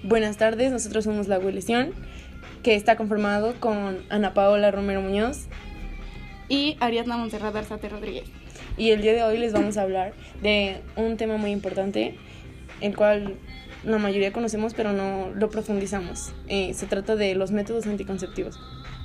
Buenas tardes, nosotros somos La Huelesión, que está conformado con Ana Paola Romero Muñoz y Ariadna Montserrat Arzate Rodríguez. Y el día de hoy les vamos a hablar de un tema muy importante, el cual la mayoría conocemos pero no lo profundizamos. Se trata de los métodos anticonceptivos.